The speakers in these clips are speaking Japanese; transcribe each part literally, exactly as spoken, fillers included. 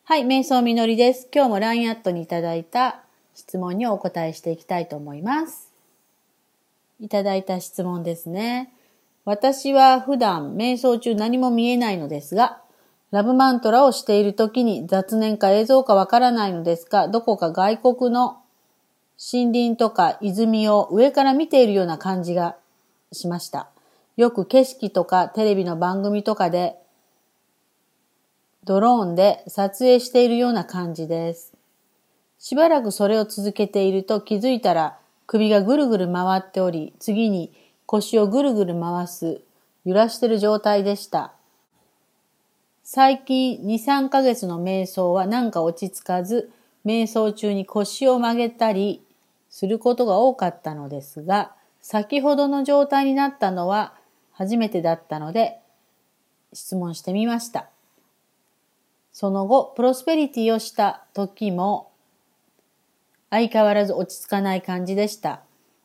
はい、瞑想みのりです。今日も ライン アットにいただいた質問にお答えしていきたいと思います。いただいた質問ですね。私は普段瞑想中何も見えないのですが、ラブマントラをしている時に雑念か映像かわからないのですが、どこか外国の森林とか泉を上から見ているような感じがしました。よく景色とかテレビの番組とかでドローンで撮影しているような感じです。しばらくそれを続けていると気づいたら首がぐるぐる回っており、次に腰をぐるぐる回す、揺らしている状態でした。最近に、さんかげつの瞑想はなんか落ち着かず、瞑想中に腰を曲げたりすることが多かったのですが、先ほどの状態になったのは初めてだったので質問してみました。その後、プロスペリティをした時も相変わらず落ち着かない感じでした。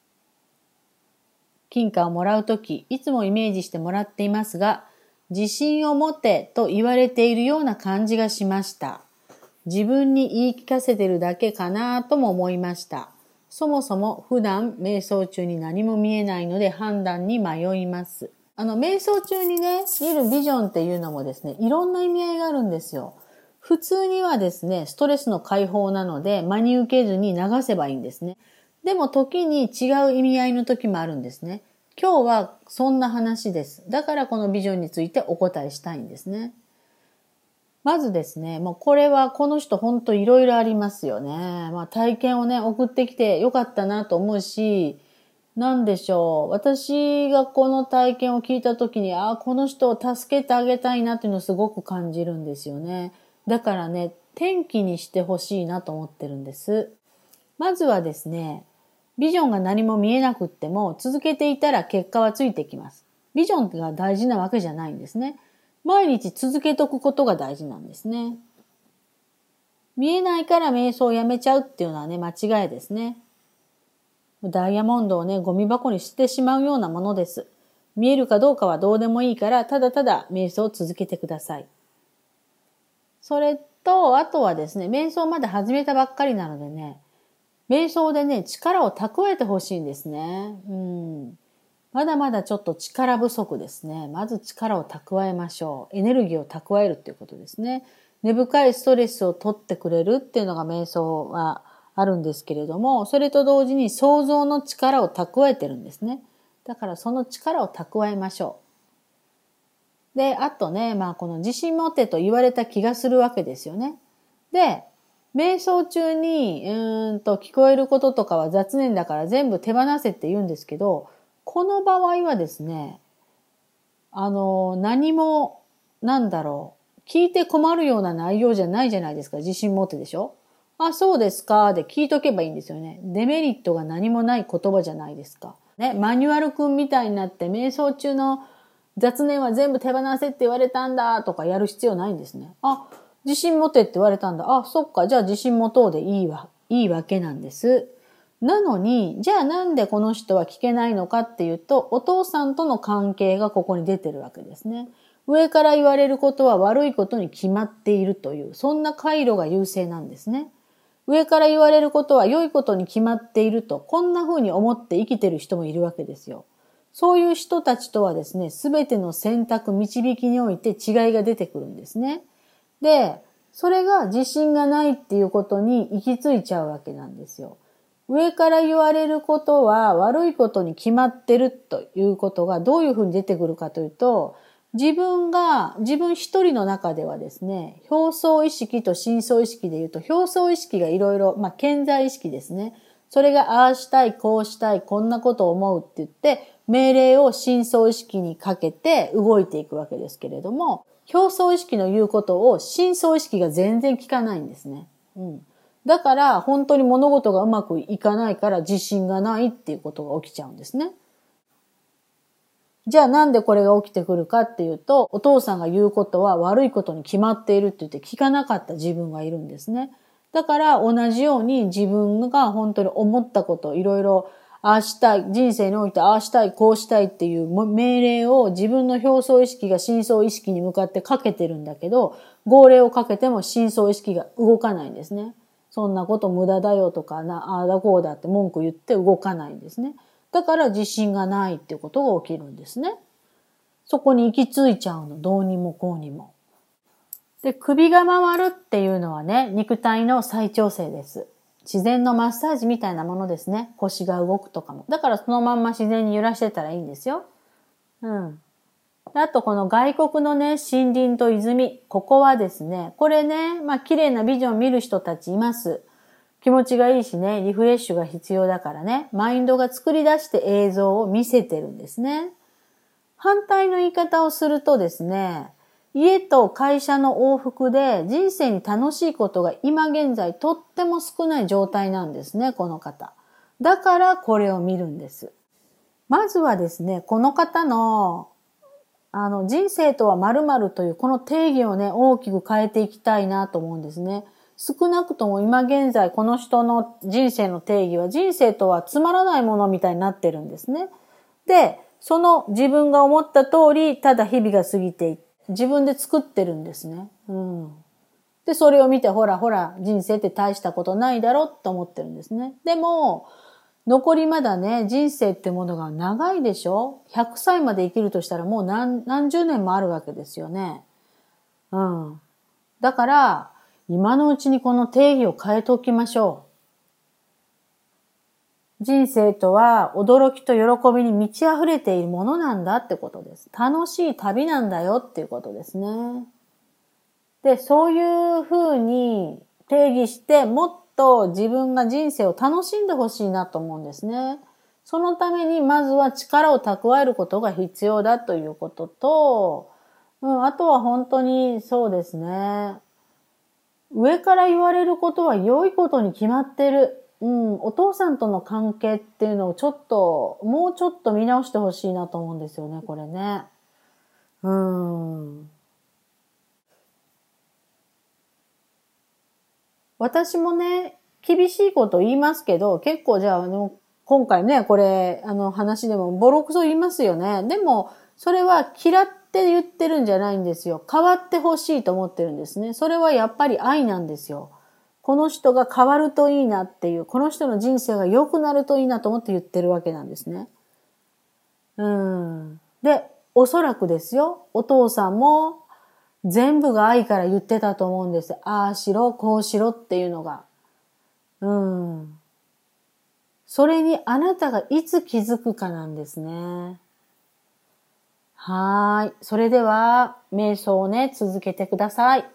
金貨をもらうとき、いつもイメージしてもらっていますが、自信を持てと言われているような感じがしました。自分に言い聞かせているだけかなとも思いました。そもそも普段瞑想中に何も見えないので判断に迷います。あの、瞑想中にね、見るビジョンっていうのもですね、いろんな意味合いがあるんですよ。普通にはですね、ストレスの解放なので真に受けずに流せばいいんですね。でも時に違う意味合いの時もあるんですね。今日はそんな話です。だからこのビジョンについてお答えしたいんですね。まずですね、もうこれはこの人本当いろいろありますよね。まあ体験をね、送ってきてよかったなと思うし、なんでしょう。私がこの体験を聞いた時に、ああ、この人を助けてあげたいなっていうのをすごく感じるんですよね。だからね、転機にしてほしいなと思ってるんです。まずはですね、ビジョンが何も見えなくっても続けていたら結果はついてきます。ビジョンが大事なわけじゃないんですね。毎日続けとくことが大事なんですね。見えないから瞑想をやめちゃうっていうのはね、間違いですね。ダイヤモンドをね、ゴミ箱に捨ててしまうようなものです。見えるかどうかはどうでもいいから、ただただ瞑想を続けてください。それと、あとはですね、瞑想まだ始めたばっかりなのでね、瞑想でね、力を蓄えてほしいんですね。うん。まだまだちょっと力不足ですね。まず力を蓄えましょう。エネルギーを蓄えるっていうことですね。根深いストレスを取ってくれるっていうのが瞑想はあるんですけれども、それと同時に想像の力を蓄えてるんですね。だからその力を蓄えましょう。で、あとね、まあこの自信持てと言われた気がするわけですよね。で、瞑想中にうーんと聞こえることとかは雑念だから全部手放せって言うんですけど、この場合はですね、あの、何も、なんだろう、聞いて困るような内容じゃないじゃないですか。自信持ってでしょ。あ、そうですか。で聞いとけばいいんですよね。デメリットが何もない言葉じゃないですか。ね、マニュアル君みたいになって瞑想中の雑念は全部手放せって言われたんだとかやる必要ないんですね。あ、自信持てって言われたんだ。あ、そっか。じゃあ自信持とうでいいわ、いいわけなんです。なのに、じゃあなんでこの人は聞けないのかっていうと、お父さんとの関係がここに出てるわけですね。上から言われることは悪いことに決まっているという、そんな回路が優勢なんですね。上から言われることは良いことに決まっていると、こんな風に思って生きてる人もいるわけですよ。そういう人たちとはですね、すべての選択、導きにおいて違いが出てくるんですね。で、それが自信がないっていうことに行き着いちゃうわけなんですよ。上から言われることは悪いことに決まってるということがどういうふうに出てくるかというと、自分が、自分一人の中ではですね、表層意識と深層意識で言うと、表層意識がいろいろ、まあ、顕在意識ですね。それがああしたい、こうしたい、こんなことを思うって言って、命令を深層意識にかけて動いていくわけですけれども、表層意識の言うことを深層意識が全然聞かないんですね。うん。だから本当に物事がうまくいかないから自信がないっていうことが起きちゃうんですね。じゃあなんでこれが起きてくるかっていうと、お父さんが言うことは悪いことに決まっているって言って聞かなかった自分がいるんですね。だから同じように自分が本当に思ったこと、いろいろああしたい、人生においてああしたい、こうしたいっていう命令を自分の表層意識が深層意識に向かってかけてるんだけど、号令をかけても深層意識が動かないんですね。そんなこと無駄だよとかな、ああだこうだって文句言って動かないんですね。だから自信がないっていうことが起きるんですね。そこに行き着いちゃうの。どうにもこうにも。で、首が回るっていうのはね、肉体の再調整です。自然のマッサージみたいなものですね。腰が動くとかも。だからそのまんま自然に揺らしてたらいいんですよ。うん。あとこの外国のね、森林と泉。ここはですね、これね、まあ綺麗なビジョン見る人たちいます。気持ちがいいしね、リフレッシュが必要だからね、マインドが作り出して映像を見せてるんですね。反対の言い方をするとですね、家と会社の往復で人生に楽しいことが今現在とっても少ない状態なんですね、この方。だからこれを見るんです。まずはですね、この方の、あの、人生とは〇〇というこの定義をね、大きく変えていきたいなと思うんですね。少なくとも今現在この人の人生の定義は人生とはつまらないものみたいになってるんですね。で、その自分が思った通り、ただ日々が過ぎていって、自分で作ってるんですね。うん。で、それを見て、ほらほら、人生って大したことないだろって思ってるんですね。でも、残りまだね、人生ってものが長いでしょ ?ひゃく 歳まで生きるとしたらもう何、何十年もあるわけですよね。うん。だから、今のうちにこの定義を変えておきましょう。人生とは驚きと喜びに満ち溢れているものなんだってことです。楽しい旅なんだよっていうことですね。で、そういうふうに定義してもっと自分が人生を楽しんでほしいなと思うんですね。そのためにまずは力を蓄えることが必要だということと、うん、あとは本当にそうですね。上から言われることは良いことに決まってる。うん、お父さんとの関係っていうのをちょっと、もうちょっと見直してほしいなと思うんですよね、これね。うん。私もね、厳しいこと言いますけど、結構じゃあ、あの、今回ね、これ、あの話でもボロクソ言いますよね。でも、それは嫌って言ってるんじゃないんですよ。変わってほしいと思ってるんですね。それはやっぱり愛なんですよ。この人が変わるといいなっていう、この人の人生が良くなるといいなと思って言ってるわけなんですね。うん。で、おそらくですよ、お父さんも全部が愛から言ってたと思うんです。ああしろ、こうしろっていうのが。うん。それにあなたがいつ気づくかなんですね。はーい。それでは、瞑想をね、続けてください。